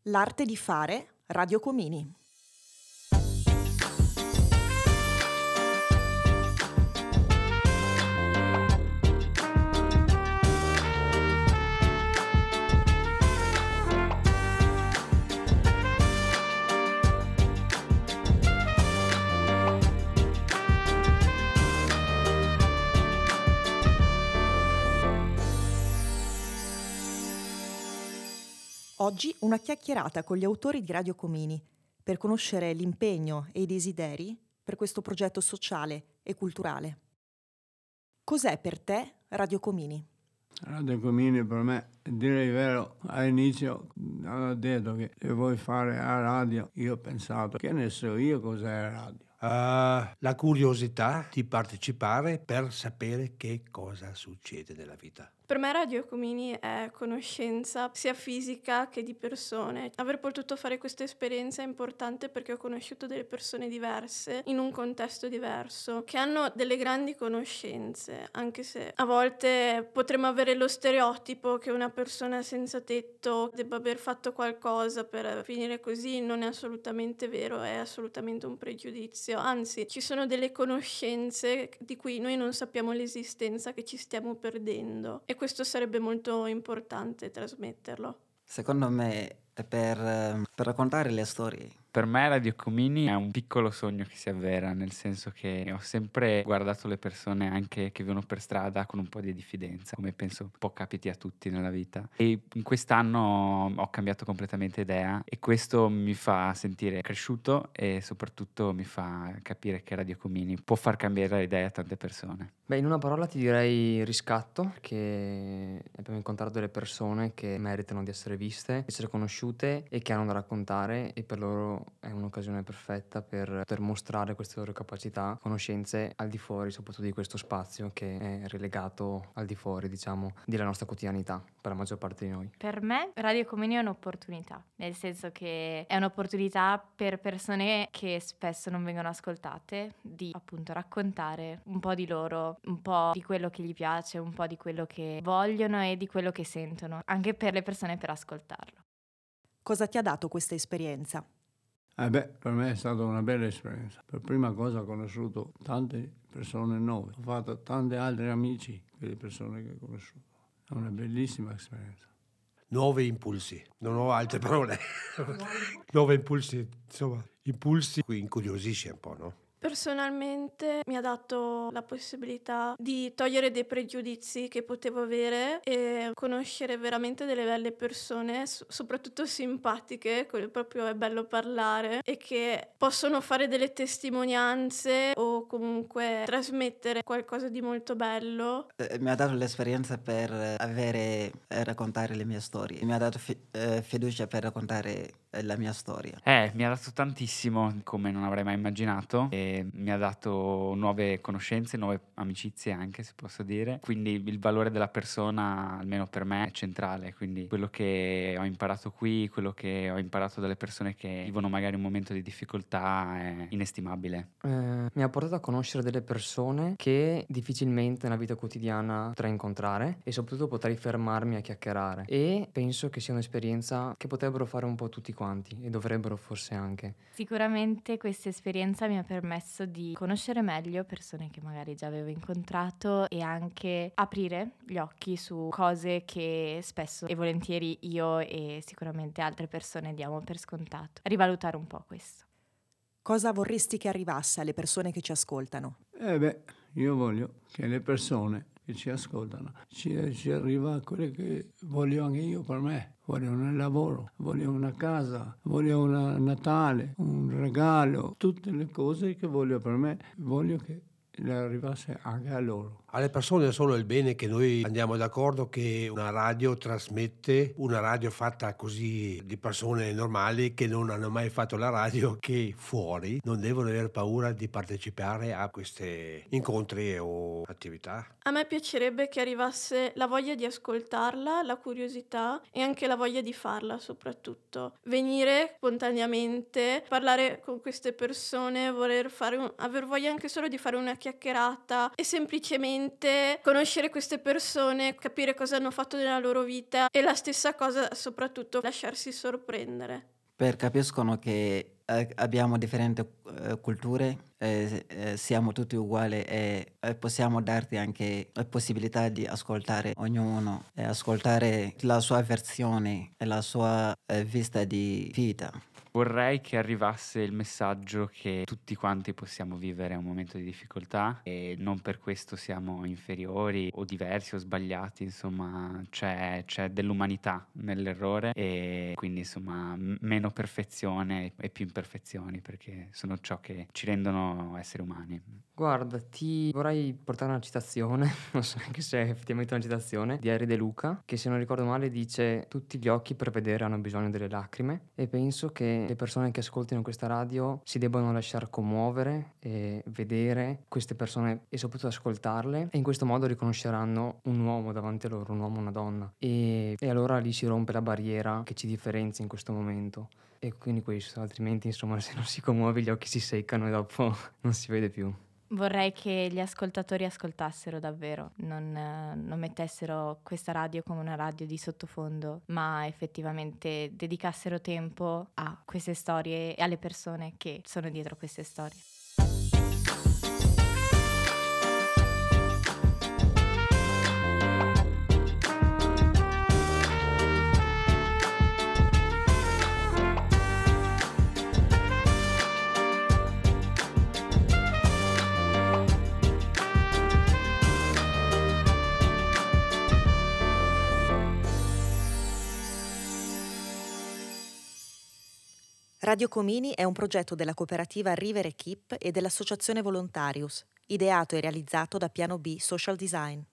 L'arte di fare, Radio Comini. Oggi una chiacchierata con gli autori di Radio Comini per conoscere l'impegno e i desideri per questo progetto sociale e culturale. Cos'è per te Radio Comini? Radio Comini per me, dire il vero, all'inizio hanno detto che se vuoi fare la radio, io ho pensato, che ne so io cos'è la radio. La curiosità di partecipare per sapere che cosa succede nella vita. Per me Radio Comini è conoscenza sia fisica che di persone. Aver potuto fare questa esperienza è importante perché ho conosciuto delle persone diverse in un contesto diverso che hanno delle grandi conoscenze, anche se a volte potremmo avere lo stereotipo che una persona senza tetto debba aver fatto qualcosa per finire così. Non è assolutamente vero, è assolutamente un pregiudizio. Anzi, ci sono delle conoscenze di cui noi non sappiamo l'esistenza, che ci stiamo perdendo. E questo sarebbe molto importante trasmetterlo. Secondo me è per raccontare le storie. Per me Radio Comini è un piccolo sogno che si avvera, nel senso che ho sempre guardato le persone anche che vivono per strada con un po' di diffidenza, come penso un po' capiti a tutti nella vita. E in quest'anno ho cambiato completamente idea e questo mi fa sentire cresciuto e soprattutto mi fa capire che Radio Comini può far cambiare idea a tante persone. Beh, in una parola ti direi riscatto, perché abbiamo incontrato delle persone che meritano di essere viste, essere conosciute e che hanno da raccontare, e per loro è un'occasione perfetta per poter mostrare queste loro capacità, conoscenze al di fuori soprattutto di questo spazio che è relegato al di fuori, diciamo, della nostra quotidianità per la maggior parte di noi. Per me Radio Comini è un'opportunità, nel senso che è un'opportunità per persone che spesso non vengono ascoltate di appunto raccontare un po' di loro, un po' di quello che gli piace, un po' di quello che vogliono e di quello che sentono, anche per le persone per ascoltarlo. Cosa ti ha dato questa esperienza? Per me è stata una bella esperienza. Per prima cosa ho conosciuto tante persone nuove, ho fatto tanti altri amici che le persone che ho conosciuto. È una bellissima esperienza. Nuovi impulsi, non ho altre parole. Nuovi impulsi, insomma, impulsi qui incuriosisce un po', no? Personalmente mi ha dato la possibilità di togliere dei pregiudizi che potevo avere e conoscere veramente delle belle persone, soprattutto simpatiche, proprio è bello parlare, e che possono fare delle testimonianze o comunque trasmettere qualcosa di molto bello. Mi ha dato l'esperienza per raccontare le mie storie. Mi ha dato fiducia per raccontare la mia storia. Mi ha dato tantissimo, come non avrei mai immaginato, e mi ha dato nuove conoscenze, nuove amicizie anche, se posso dire. Quindi il valore della persona, almeno per me, è centrale. Quindi quello che ho imparato qui, quello che ho imparato dalle persone che vivono magari un momento di difficoltà è inestimabile. Mi ha portato a conoscere delle persone che difficilmente nella vita quotidiana potrei incontrare, e soprattutto potrei fermarmi a chiacchierare, e penso che sia un'esperienza che potrebbero fare un po' tutti quanti, e dovrebbero forse anche. Sicuramente questa esperienza mi ha permesso di conoscere meglio persone che magari già avevo incontrato e anche aprire gli occhi su cose che spesso e volentieri io e sicuramente altre persone diamo per scontato. Rivalutare un po' questo. Cosa vorresti che arrivasse alle persone che ci ascoltano? Io voglio che le persone che ci ascoltano ci arriva a quelle che voglio anche io per me. Voglio un lavoro, voglio una casa, voglio un Natale, un regalo, tutte le cose che voglio per me, voglio che le arrivasse anche a loro. Alle persone solo il bene, che noi andiamo d'accordo che una radio trasmette, una radio fatta così di persone normali che non hanno mai fatto la radio, che fuori non devono avere paura di partecipare a questi incontri o attività. A me piacerebbe che arrivasse la voglia di ascoltarla, la curiosità e anche la voglia di farla soprattutto. Venire spontaneamente, parlare con queste persone, aver voglia anche solo di fare una chiacchierata e semplicemente veramente conoscere queste persone, capire cosa hanno fatto nella loro vita e la stessa cosa soprattutto lasciarsi sorprendere. Capiscono che abbiamo differenti culture, siamo tutti uguali e possiamo darti anche la possibilità di ascoltare ognuno e ascoltare la sua versione e la sua vista di vita. Vorrei che arrivasse il messaggio che tutti quanti possiamo vivere un momento di difficoltà e non per questo siamo inferiori o diversi o sbagliati, insomma c'è dell'umanità nell'errore e quindi insomma meno perfezione e più imperfezioni perché sono ciò che ci rendono esseri umani. Guarda, ti vorrei portare una citazione, non so neanche se è effettivamente una citazione, di Harry De Luca, che se non ricordo male dice: tutti gli occhi per vedere hanno bisogno delle lacrime, e penso che le persone che ascoltino questa radio si debbano lasciar commuovere e vedere queste persone e soprattutto ascoltarle, e in questo modo riconosceranno un uomo davanti a loro, un uomo e una donna, e allora lì si rompe la barriera che ci differenzia in questo momento. E quindi questo, altrimenti insomma se non si commuove gli occhi si seccano e dopo non si vede più. Vorrei che gli ascoltatori ascoltassero davvero, non mettessero questa radio come una radio di sottofondo, ma effettivamente dedicassero tempo a queste storie e alle persone che sono dietro queste storie. Radio Comini è un progetto della cooperativa River Equip e dell'associazione Volontarius, ideato e realizzato da Piano B Social Design.